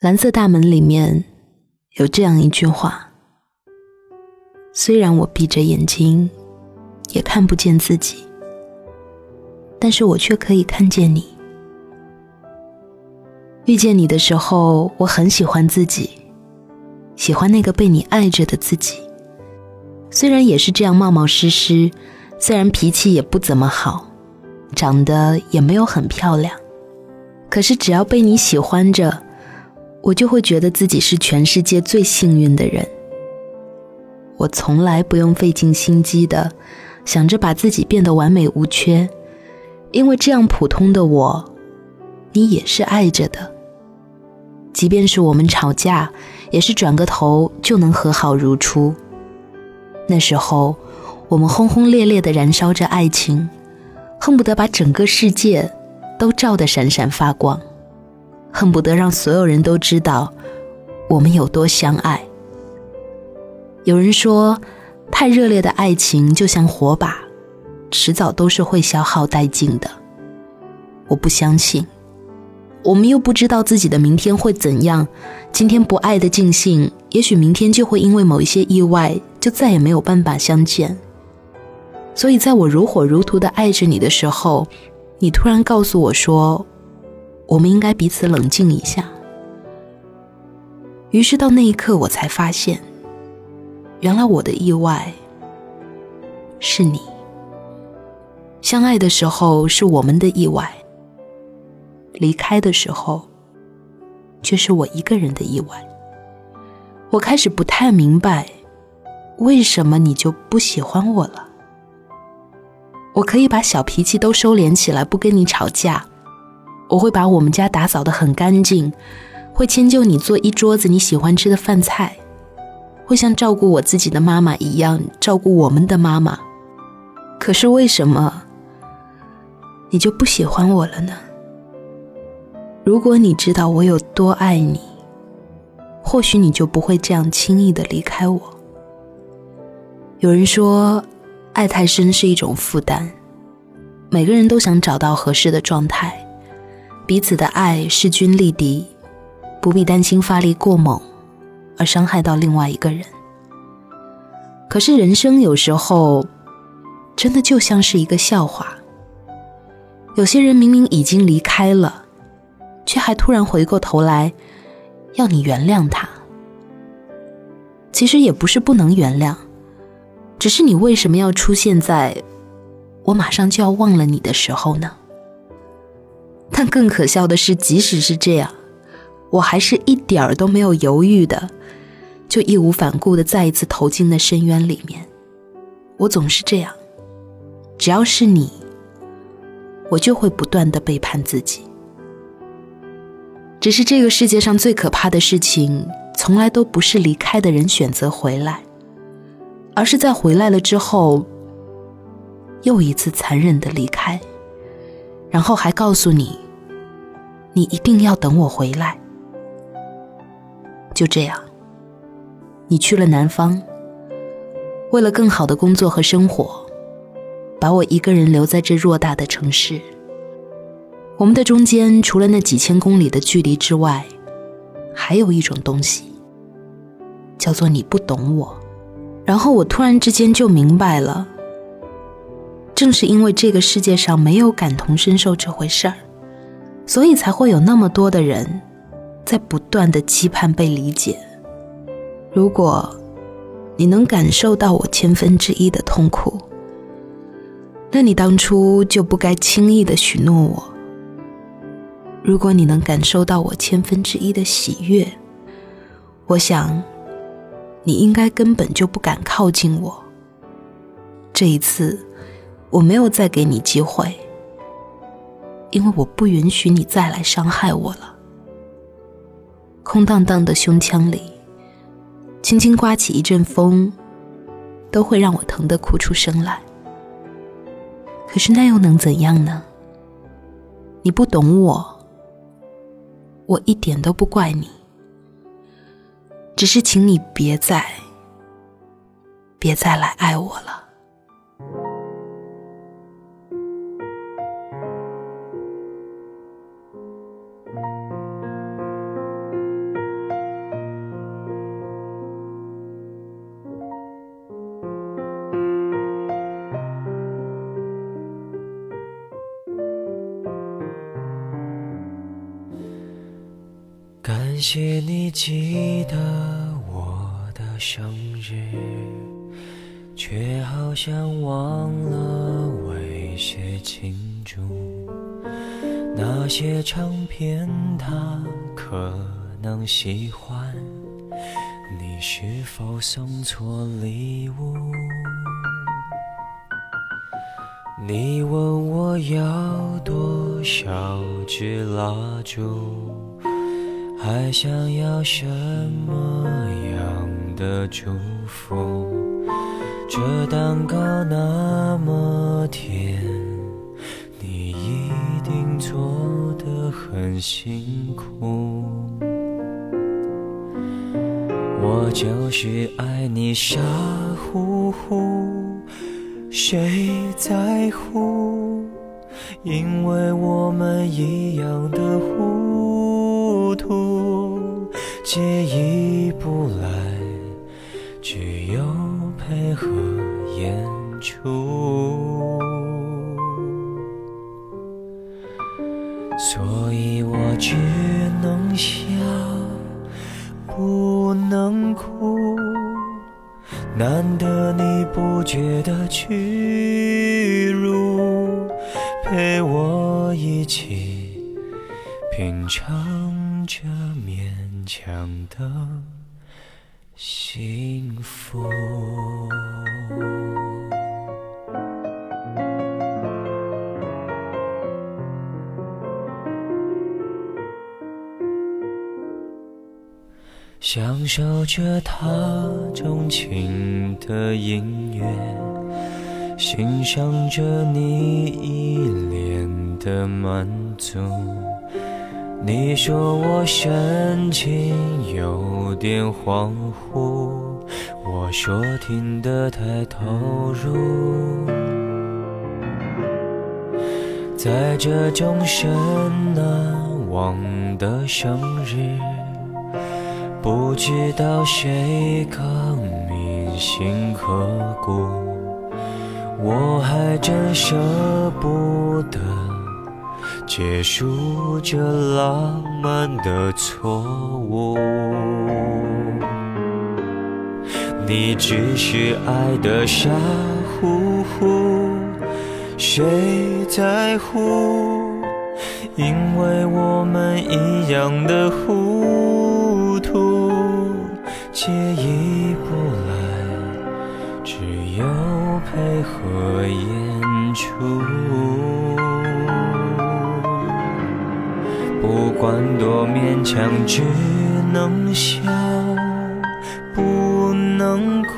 蓝色大门里面有这样一句话：虽然我闭着眼睛也看不见自己，但是我却可以看见你。遇见你的时候，我很喜欢自己，喜欢那个被你爱着的自己。虽然也是这样冒冒失失，虽然脾气也不怎么好，长得也没有很漂亮，可是只要被你喜欢着，我就会觉得自己是全世界最幸运的人。我从来不用费尽心机的想着把自己变得完美无缺，因为这样普通的我，你也是爱着的。即便是我们吵架，也是转个头就能和好如初。那时候我们轰轰烈烈地燃烧着爱情，恨不得把整个世界都照得闪闪发光，恨不得让所有人都知道我们有多相爱。有人说，太热烈的爱情就像火把，迟早都是会消耗殆尽的。我不相信，我们又不知道自己的明天会怎样，今天不爱的尽兴，也许明天就会因为某一些意外，就再也没有办法相见。所以在我如火如荼地爱着你的时候，你突然告诉我说，我们应该彼此冷静一下。于是到那一刻，我才发现，原来我的意外是你。相爱的时候是我们的意外，离开的时候却是我一个人的意外。我开始不太明白，为什么你就不喜欢我了？我可以把小脾气都收敛起来，不跟你吵架，我会把我们家打扫得很干净，会迁就你做一桌子你喜欢吃的饭菜，会像照顾我自己的妈妈一样照顾我们的妈妈。可是为什么你就不喜欢我了呢？如果你知道我有多爱你，或许你就不会这样轻易地离开我。有人说，爱太深是一种负担，每个人都想找到合适的状态，彼此的爱势均力敌，不必担心发力过猛而伤害到另外一个人。可是人生有时候真的就像是一个笑话，有些人明明已经离开了，却还突然回过头来要你原谅他。其实也不是不能原谅，只是你为什么要出现在我马上就要忘了你的时候呢？但更可笑的是，即使是这样，我还是一点儿都没有犹豫的，就义无反顾的再一次投进那深渊里面。我总是这样，只要是你，我就会不断的背叛自己。只是这个世界上最可怕的事情，从来都不是离开的人选择回来，而是在回来了之后，又一次残忍的离开，然后还告诉你，你一定要等我回来。就这样，你去了南方，为了更好的工作和生活，把我一个人留在这偌大的城市。我们的中间除了那几千公里的距离之外，还有一种东西，叫做你不懂我。然后我突然之间就明白了，正是因为这个世界上没有感同身受这回事儿，所以才会有那么多的人在不断的期盼被理解。如果你能感受到我1/1000的痛苦，那你当初就不该轻易的许诺我。如果你能感受到我1/1000的喜悦，我想你应该根本就不敢靠近我。这一次我没有再给你机会，因为我不允许你再来伤害我了。空荡荡的胸腔里轻轻刮起一阵风，都会让我疼得哭出声来。可是那又能怎样呢？你不懂我，我一点都不怪你，只是请你别再来爱我了。 感谢你记得我的生日，却好像忘了为谁庆祝。那些唱片他可能喜欢，你是否送错礼物？你问我要多少支蜡烛，还想要什么样的祝福？这蛋糕那么甜，你一定做得很辛苦。我就是爱你傻乎乎，谁在乎？因为我们一样的糊涂，介意不来，只有配合演出。所以我只能笑，不能哭。难得你不觉得屈辱，陪我一起品尝着勉强的幸福。享受着他钟情的音乐，欣赏着你一脸的满足。你说我深情有点恍惚，我说听得太投入。在这种深难忘的生日，不知道谁更铭心刻骨，我还真舍不得结束这浪漫的错误。你只是爱得傻乎乎，谁在乎？因为我们一样的糊涂，介意不来，只有配合演出。不管多勉强，只能笑，不能哭。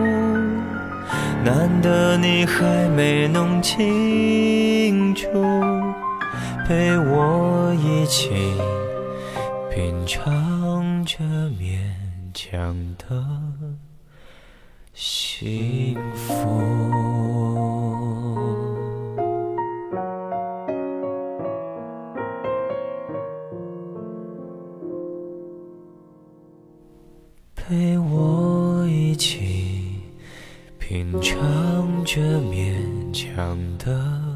难得你还没弄清楚，陪我一起品尝着勉强的幸福。陪我一起品尝着勉强的